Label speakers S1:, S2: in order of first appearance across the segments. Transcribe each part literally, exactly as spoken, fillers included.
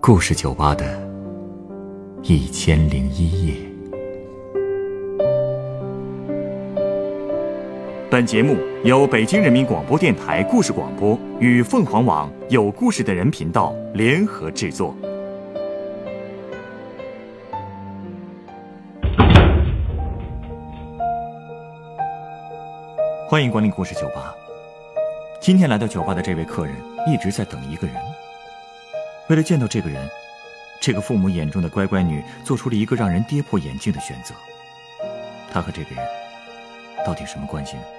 S1: 故事酒吧的一千零一夜。
S2: 本节目由北京人民广播电台故事广播与凤凰网有故事的人频道联合制作。欢迎光临故事酒吧。今天来到酒吧的这位客人一直在等一个人。为了见到这个人，这个父母眼中的乖乖女做出了一个让人跌破眼镜的选择。她和这个人到底什么关系呢？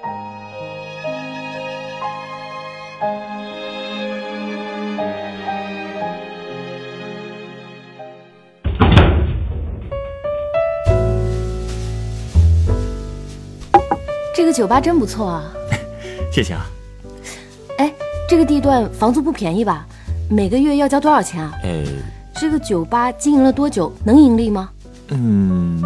S3: 这个酒吧真不错啊。
S2: 谢谢啊。
S3: 哎，这个地段房租不便宜吧？每个月要交多少钱啊？
S2: 呃，
S3: 这个酒吧经营了多久？能盈利吗？
S2: 嗯，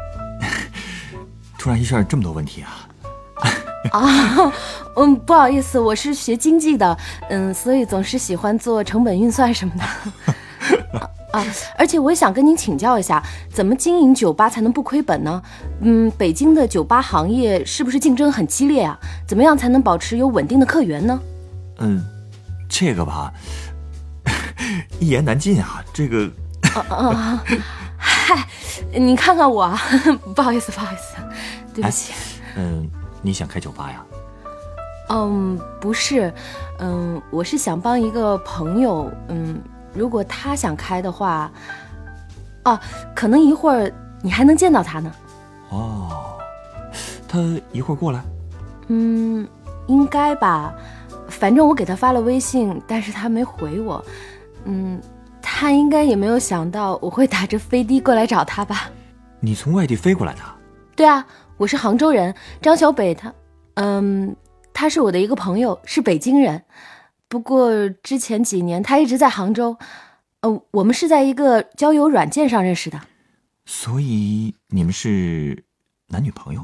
S2: 突然一下这么多问题啊。
S3: 啊，嗯，不好意思，我是学经济的，嗯，所以总是喜欢做成本运算什么的。啊，而且我也想跟您请教一下，怎么经营酒吧才能不亏本呢？嗯，北京的酒吧行业是不是竞争很激烈啊？怎么样才能保持有稳定的客源呢？
S2: 嗯，这个吧，一言难尽啊。这个，
S3: 啊啊，嗨，你看看我，不好意思，不好意思，对不起。
S2: 嗯，你想开酒吧呀？
S3: 嗯，不是，嗯，我是想帮一个朋友，嗯。如果他想开的话，哦，可能一会儿你还能见到他呢。
S2: 哦，他一会儿过来？
S3: 嗯，应该吧。反正我给他发了微信，但是他没回我。嗯，他应该也没有想到我会打着飞的过来找他吧。
S2: 你从外地飞过来的？
S3: 对啊，我是杭州人，张小北他，嗯，他是我的一个朋友，是北京人。不过之前几年他一直在杭州，呃，我们是在一个交友软件上认识的。
S2: 所以你们是男女朋友？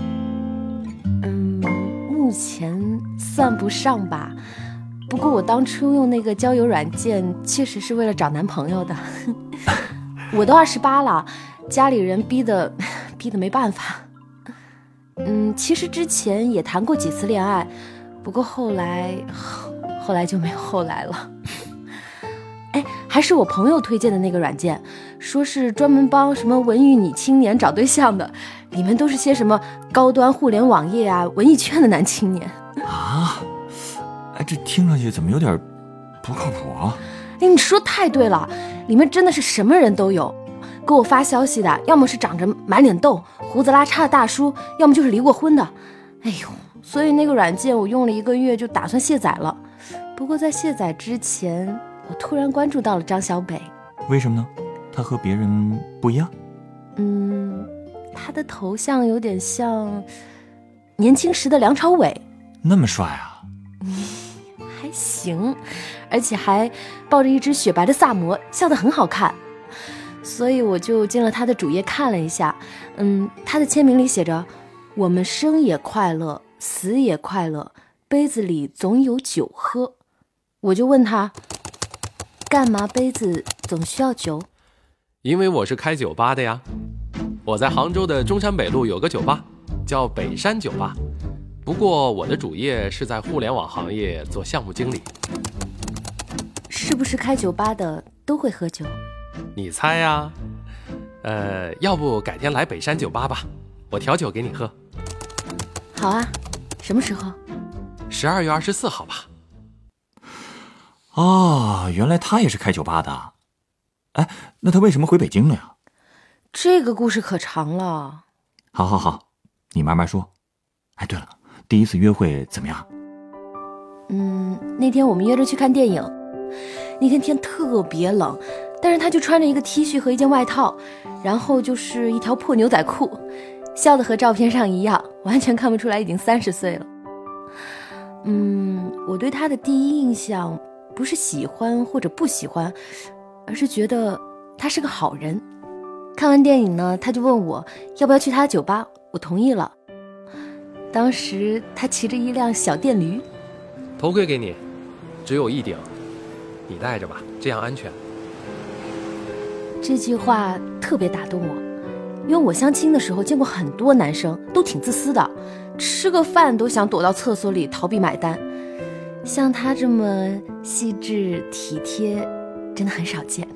S3: 嗯，目前算不上吧。不过我当初用那个交友软件确实是为了找男朋友的。我都二十八了，家里人逼得逼得没办法。嗯，其实之前也谈过几次恋爱，不过后来后来就没有后来了。哎，还是我朋友推荐的那个软件，说是专门帮什么文艺女青年找对象的，里面都是些什么高端互联网业啊、文艺圈的男青年
S2: 啊。哎，这听上去怎么有点不靠谱啊？
S3: 哎，你说太对了，里面真的是什么人都有。给我发消息的，要么是长着满脸痘、胡子拉碴的大叔，要么就是离过婚的。哎呦，所以那个软件我用了一个月就打算卸载了。不过在卸载之前，我突然关注到了张小北。
S2: 为什么呢？他和别人不一样？
S3: 嗯，他的头像有点像年轻时的梁朝伟。
S2: 那么帅啊？
S3: 还行，而且还抱着一只雪白的萨摩，笑得很好看。所以我就进了他的主页看了一下，嗯，他的签名里写着：我们生也快乐，死也快乐，杯子里总有酒喝。我就问他，干嘛杯子总需要酒？
S4: 因为我是开酒吧的呀。我在杭州的中山北路有个酒吧，叫北山酒吧。不过我的主业是在互联网行业做项目经理。
S3: 是不是开酒吧的都会喝酒？
S4: 你猜呀？呃，要不改天来北山酒吧吧，我调酒给你喝。
S3: 好啊，什么时候？
S4: 十二月二十四号吧。
S2: 哦，原来他也是开酒吧的。哎，那他为什么回北京了呀？
S3: 这个故事可长了。
S2: 好好好，你慢慢说。哎，对了，第一次约会怎么样？
S3: 嗯，那天我们约着去看电影，那天天特别冷，但是他就穿着一个 T 恤和一件外套，然后就是一条破牛仔裤，笑得和照片上一样，完全看不出来已经三十岁了。嗯，我对他的第一印象不是喜欢或者不喜欢，而是觉得他是个好人。看完电影呢，他就问我要不要去他的酒吧，我同意了。当时他骑着一辆小电驴。
S4: 头盔给你，只有一顶，你戴着吧，这样安全。
S3: 这句话特别打动我，因为我相亲的时候见过很多男生都挺自私的，吃个饭都想躲到厕所里逃避买单，像他这么细致体贴真的很少见。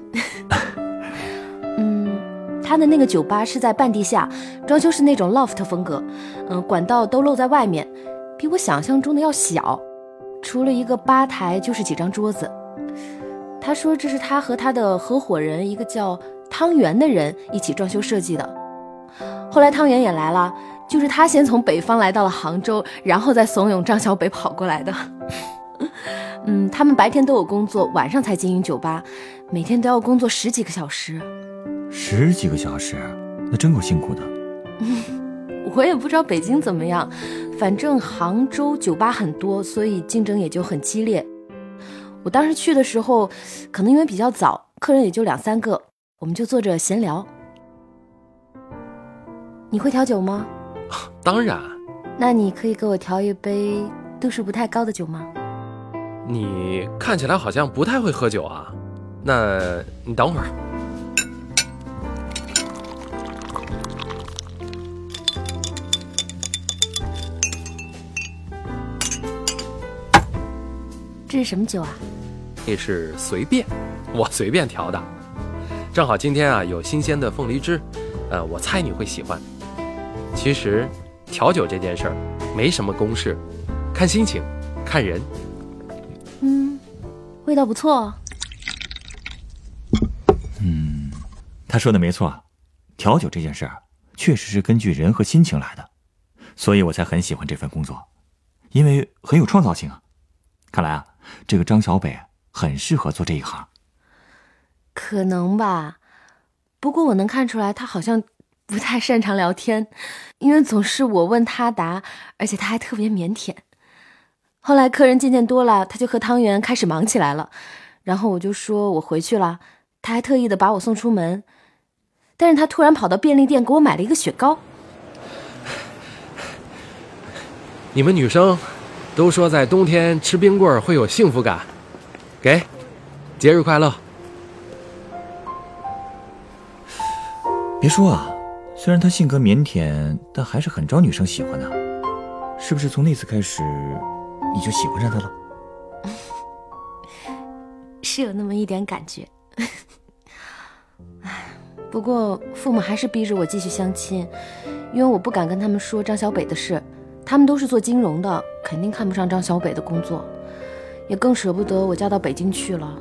S3: 嗯，他的那个酒吧是在半地下，装修是那种 loft 风格，嗯，管道都露在外面，比我想象中的要小，除了一个吧台就是几张桌子。他说这是他和他的合伙人一个叫汤圆的人一起装修设计的。后来汤圆也来了，就是他先从北方来到了杭州，然后再怂恿张小北跑过来的。嗯，他们白天都有工作，晚上才经营酒吧，每天都要工作十几个小时。
S2: 十几个小时，那真够辛苦的。
S3: 我也不知道北京怎么样，反正杭州酒吧很多，所以竞争也就很激烈。我当时去的时候，可能因为比较早，客人也就两三个，我们就坐着闲聊。你会调酒吗？
S4: 当然。
S3: 那你可以给我调一杯度数不太高的酒吗？
S4: 你看起来好像不太会喝酒啊，那你等会儿。
S3: 这是什么酒啊？
S4: 这是随便，我随便调的。正好今天啊有新鲜的凤梨汁，呃，我猜你会喜欢。其实调酒这件事儿没什么公式，看心情，看人。
S3: 嗯，味道不错。
S2: 嗯，他说的没错，调酒这件事儿确实是根据人和心情来的，所以我才很喜欢这份工作，因为很有创造性啊。看来啊，这个张小北很适合做这一行。
S3: 可能吧，不过我能看出来他好像不太擅长聊天，因为总是我问他答，而且他还特别腼腆。后来客人渐渐多了，他就和汤圆开始忙起来了，然后我就说我回去了，他还特意的把我送出门，但是他突然跑到便利店给我买了一个雪糕。
S4: 你们女生都说在冬天吃冰棍会有幸福感，给，节日快乐。
S2: 别说啊，虽然他性格腼腆，但还是很招女生喜欢的。是不是从那次开始你就喜欢上他了？
S3: 是有那么一点感觉。不过父母还是逼着我继续相亲，因为我不敢跟他们说张小北的事，他们都是做金融的，肯定看不上张小北的工作，也更舍不得我嫁到北京去了。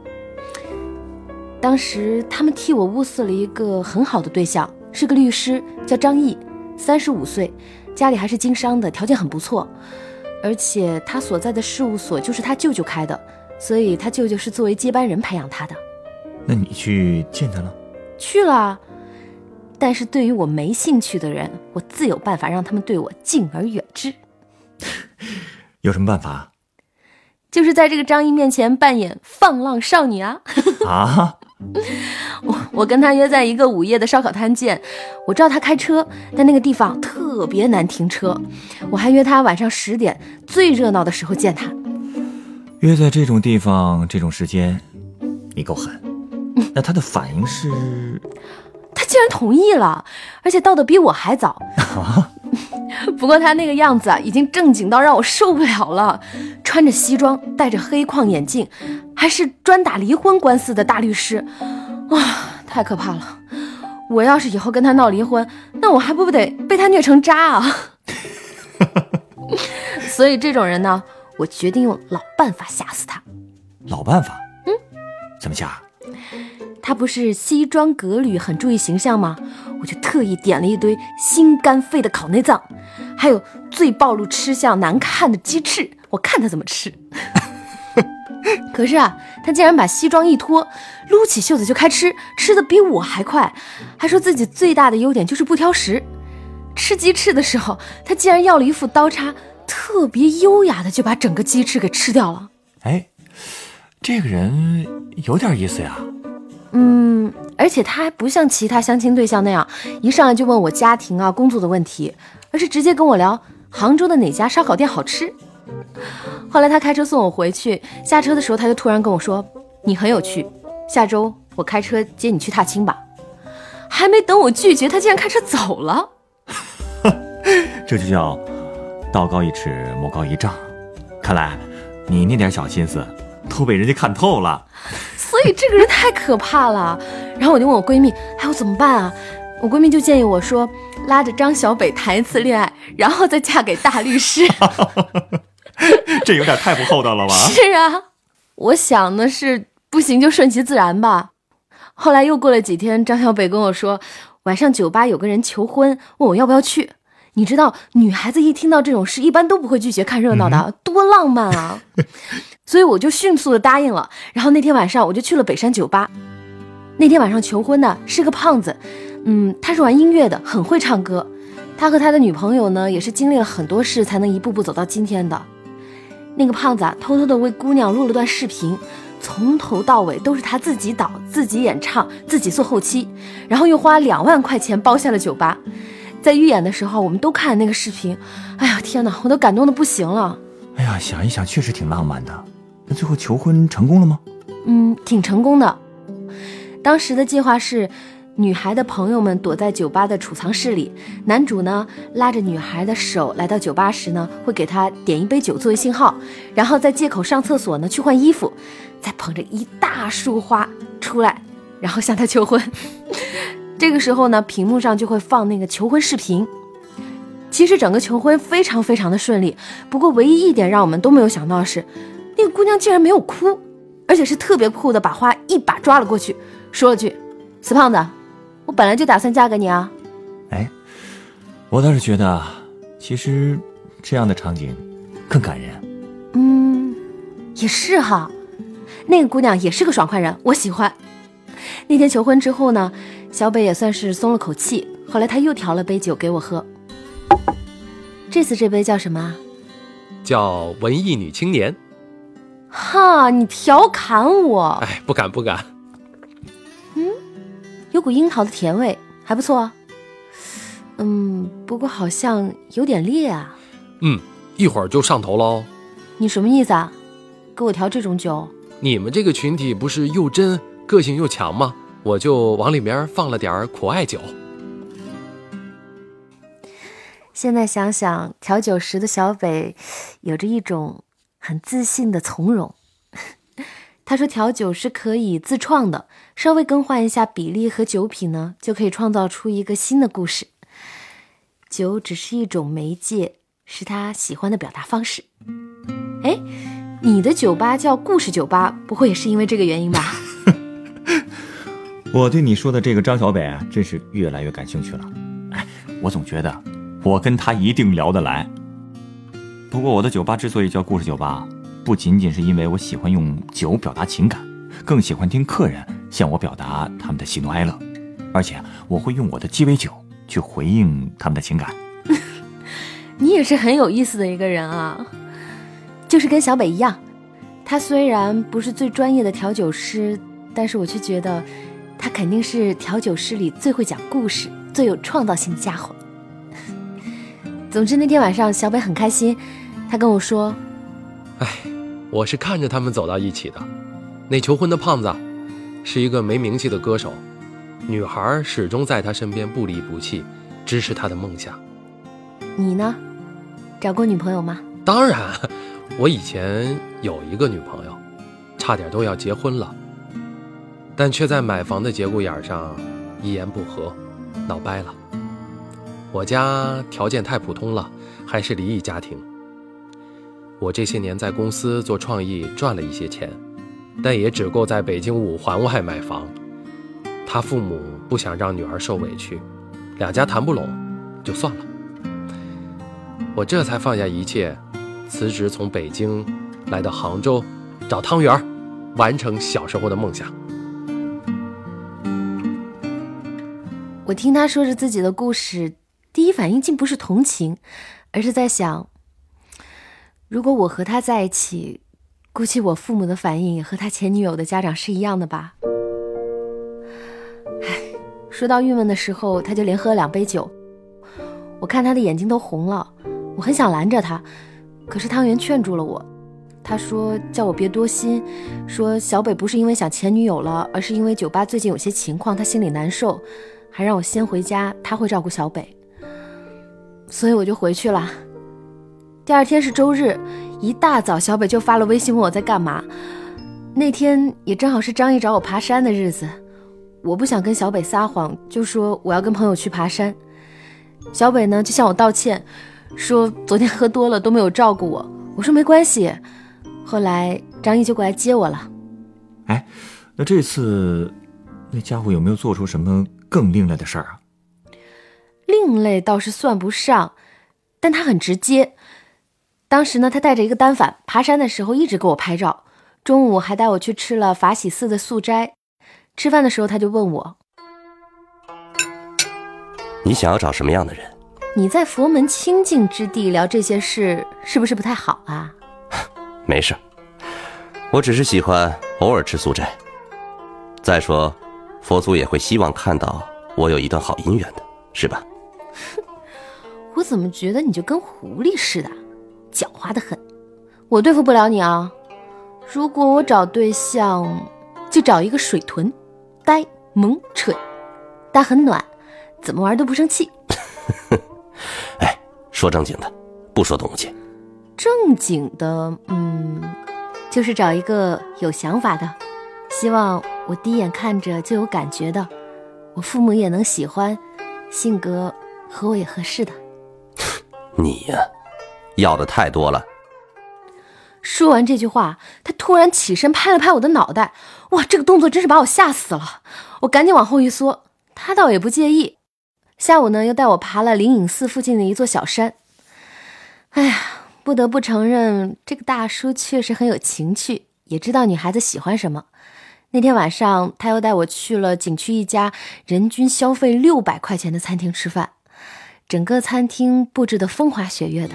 S3: 当时他们替我物色了一个很好的对象，是个律师，叫张毅，三十五岁，家里还是经商的，条件很不错，而且他所在的事务所就是他舅舅开的，所以他舅舅是作为接班人培养他的。
S2: 那你去见他了？
S3: 去了，但是对于我没兴趣的人，我自有办法让他们对我敬而远之。
S2: 有什么办法？
S3: 就是在这个张毅面前扮演放浪少女啊！
S2: 啊！
S3: 我我跟他约在一个午夜的烧烤摊见，我知道他开车，但那个地方特别难停车，我还约他晚上十点最热闹的时候见他。
S2: 约在这种地方这种时间，你够狠。那他的反应是？
S3: 他竟然同意了，而且到的比我还早。
S2: 啊！
S3: 不过他那个样子啊，已经正经到让我受不了了，穿着西装，戴着黑框眼镜，还是专打离婚官司的大律师，哇，太可怕了！我要是以后跟他闹离婚，那我还不得被他虐成渣啊！所以这种人呢，我决定用老办法吓死他。
S2: 老办法？
S3: 嗯，
S2: 怎么吓？
S3: 他不是西装革履很注意形象吗？我就特意点了一堆心肝肺的烤内脏，还有最暴露吃相难看的鸡翅，我看他怎么吃。可是啊，他竟然把西装一脱，撸起袖子就开吃，吃得比我还快，还说自己最大的优点就是不挑食。吃鸡翅的时候，他竟然要了一副刀叉，特别优雅的就把整个鸡翅给吃掉了。
S2: 哎，这个人有点意思呀。
S3: 嗯，而且他还不像其他相亲对象那样一上来就问我家庭啊工作的问题，而是直接跟我聊杭州的哪家烧烤店好吃。后来他开车送我回去，下车的时候他就突然跟我说，你很有趣，下周我开车接你去踏青吧。还没等我拒绝，他竟然开车走了。
S2: 这就叫道高一尺，魔高一丈。看来你那点小心思都被人家看透了。
S3: 所以这个人太可怕了。然后我就问我闺蜜，哎，我怎么办啊？我闺蜜就建议我说，拉着张小北谈一次恋爱，然后再嫁给大律师。
S2: 这有点太不厚道了吧？
S3: 是啊，我想的是不行就顺其自然吧。后来又过了几天，张小北跟我说，晚上酒吧有个人求婚，问我要不要去。你知道女孩子一听到这种事一般都不会拒绝看热闹的、嗯、多浪漫啊。所以我就迅速的答应了。然后那天晚上我就去了北山酒吧。那天晚上求婚的是个胖子，嗯，他是玩音乐的，很会唱歌。他和他的女朋友呢也是经历了很多事才能一步步走到今天的。那个胖子啊，偷偷的为姑娘录了段视频，从头到尾都是他自己导自己演唱自己做后期，然后又花两万块钱包下了酒吧。在预演的时候我们都看了那个视频，哎呀天哪，我都感动的不行了。
S2: 哎呀，想一想确实挺浪漫的。那最后求婚成功了吗？
S3: 嗯，挺成功的。当时的计划是，女孩的朋友们躲在酒吧的储藏室里，男主呢拉着女孩的手来到酒吧时呢，会给她点一杯酒作为信号，然后再借口上厕所呢去换衣服，再捧着一大束花出来，然后向她求婚。这个时候呢，屏幕上就会放那个求婚视频。其实整个求婚非常非常的顺利，不过唯一一点让我们都没有想到的是，那个姑娘竟然没有哭，而且是特别酷的把花一把抓了过去，说了句，死胖子，我本来就打算嫁给你啊。
S2: 哎，我倒是觉得其实这样的场景更感人。
S3: 嗯，也是哈。那个姑娘也是个爽快人，我喜欢。那天求婚之后呢，小北也算是松了口气，后来他又调了杯酒给我喝。这次这杯叫什么？
S4: 叫文艺女青年。
S3: 哈，你调侃我。
S4: 哎，不敢不敢。
S3: 嗯，有股樱桃的甜味，还不错。嗯，不过好像有点烈啊。
S4: 嗯，一会儿就上头喽。
S3: 你什么意思啊？给我调这种酒？
S4: 你们这个群体不是又真个性又强吗？我就往里面放了点苦艾酒。
S3: 现在想想，调酒时的小北有着一种很自信的从容。他说调酒是可以自创的，稍微更换一下比例和酒品呢，就可以创造出一个新的故事。酒只是一种媒介，是他喜欢的表达方式。哎，你的酒吧叫故事酒吧，不会也是因为这个原因吧？
S2: 我对你说的这个张小北啊，真是越来越感兴趣了。哎，我总觉得我跟他一定聊得来。不过我的酒吧之所以叫故事酒吧，不仅仅是因为我喜欢用酒表达情感，更喜欢听客人向我表达他们的喜怒哀乐，而且我会用我的鸡尾酒去回应他们的情感。
S3: 你也是很有意思的一个人啊。就是跟小北一样，他虽然不是最专业的调酒师，但是我却觉得他肯定是调酒师里最会讲故事、最有创造性的家伙。总之那天晚上小北很开心，他跟我说，
S4: 哎，我是看着他们走到一起的。那求婚的胖子是一个没名气的歌手，女孩始终在他身边不离不弃，支持他的梦想。
S3: 你呢？找过女朋友吗？
S4: 当然，我以前有一个女朋友，差点都要结婚了，但却在买房的节骨眼上一言不合闹掰了。我家条件太普通了，还是离异家庭。我这些年在公司做创意赚了一些钱，但也只够在北京五环外买房。他父母不想让女儿受委屈，两家谈不拢，就算了。我这才放下一切，辞职从北京来到杭州找汤圆，完成小时候的梦想。
S3: 我听他说着自己的故事，第一反应竟不是同情，而是在想，如果我和他在一起，估计我父母的反应也和他前女友的家长是一样的吧。唉，说到郁闷的时候，他就连喝了两杯酒。我看他的眼睛都红了，我很想拦着他，可是汤圆劝住了我。 他说叫我别多心，说小北不是因为想前女友了，而是因为酒吧最近有些情况，他心里难受，还让我先回家，他会照顾小北。所以我就回去了。第二天是周日，一大早小北就发了微信问我在干嘛。那天也正好是张毅找我爬山的日子，我不想跟小北撒谎，就说我要跟朋友去爬山。小北呢就向我道歉，说昨天喝多了都没有照顾我。我说没关系。后来张毅就过来接我了。
S2: 哎，那这次那家伙有没有做出什么更另类的事儿啊？
S3: 另类倒是算不上，但他很直接。当时呢，他带着一个单反，爬山的时候一直给我拍照，中午还带我去吃了法喜寺的素斋。吃饭的时候他就问我，
S5: 你想要找什么样的人？
S3: 你在佛门清净之地聊这些事是不是不太好啊？
S5: 没事，我只是喜欢偶尔吃素斋。再说佛祖也会希望看到我有一段好姻缘的，是吧？
S3: 我怎么觉得你就跟狐狸似的，狡猾得很。我对付不了你啊。如果我找对象，就找一个水豚，呆萌蠢，但很暖，怎么玩都不生气。
S5: 哎，说正经的，不说动物界。
S3: 正经的，嗯，就是找一个有想法的，希望我第一眼看着就有感觉的，我父母也能喜欢，性格和我也合适的。
S5: 你呀、啊，要的太多了。
S3: 说完这句话，他突然起身拍了拍我的脑袋，哇，这个动作真是把我吓死了。我赶紧往后一缩，他倒也不介意。下午呢，又带我爬了灵隐寺附近的一座小山。哎呀，不得不承认，这个大叔确实很有情趣，也知道女孩子喜欢什么。那天晚上，他又带我去了景区一家人均消费六百块钱的餐厅吃饭，整个餐厅布置得风花雪月的。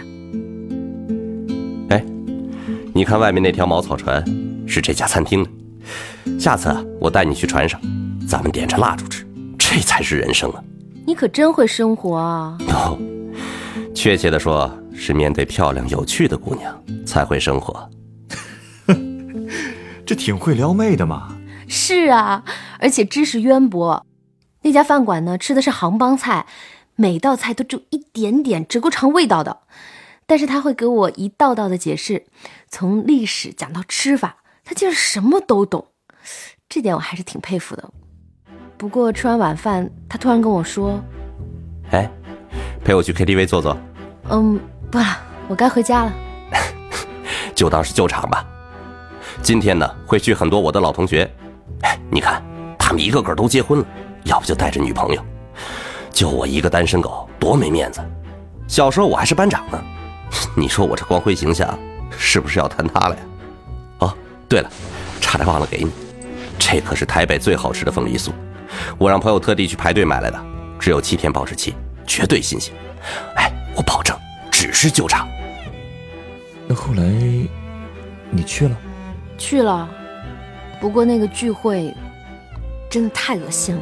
S5: 哎，你看外面那条茅草船，是这家餐厅的。下次啊，我带你去船上，咱们点着蜡烛吃，这才是人生啊！
S3: 你可真会生活啊！
S5: 哦，确切的说，是面对漂亮有趣的姑娘才会生活。
S2: 这挺会撩妹的嘛。
S3: 是啊，而且知识渊博。那家饭馆呢，吃的是杭帮菜，每道菜都只有一点点，只够尝味道的。但是他会给我一道道的解释，从历史讲到吃法，他竟然什么都懂，这点我还是挺佩服的。不过吃完晚饭，他突然跟我说：“
S5: 哎，陪我去 K T V 坐坐。”
S3: 嗯，不了，我该回家了。
S5: 就当是救场吧。今天呢，会去很多我的老同学。哎，你看，他们一个个都结婚了，要不就带着女朋友，就我一个单身狗，多没面子。小时候我还是班长呢，你说我这光辉形象是不是要坍塌了呀？哦，对了，差点忘了给你，这可是台北最好吃的凤梨酥，我让朋友特地去排队买来的，只有七天保质期，绝对新鲜。哎，我保证只是救场。
S2: 那后来你去了？
S3: 去了，不过那个聚会真的太恶心了。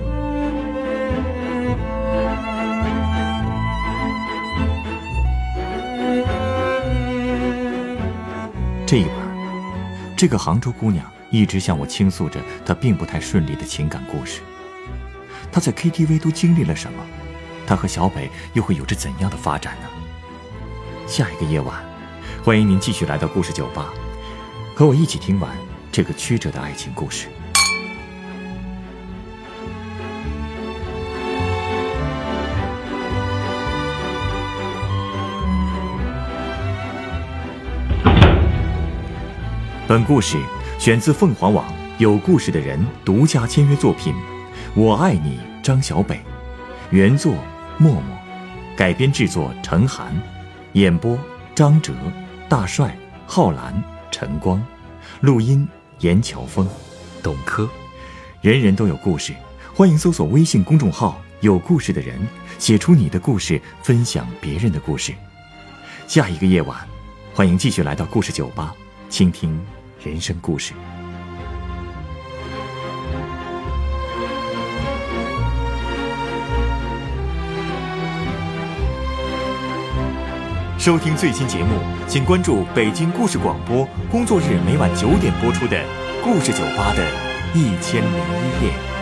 S2: 这一晚，这个杭州姑娘一直向我倾诉着她并不太顺利的情感故事。她在 K T V 都经历了什么？她和小北又会有着怎样的发展呢？下一个夜晚，欢迎您继续来到故事酒吧，和我一起听完这个曲折的爱情故事。本故事选自凤凰网有故事的人独家签约作品《我爱你张小北》，原作默默，改编制作陈寒，演播张哲、大帅、浩然、陈光，录音严乔峰、
S4: 董珂。
S2: 人人都有故事，欢迎搜索微信公众号有故事的人，写出你的故事，分享别人的故事。下一个夜晚，欢迎继续来到故事酒吧，倾听人生故事。 收听最新节目，请关注北京故事广播，工作日每晚九点播出的《故事酒吧》的一千零一夜。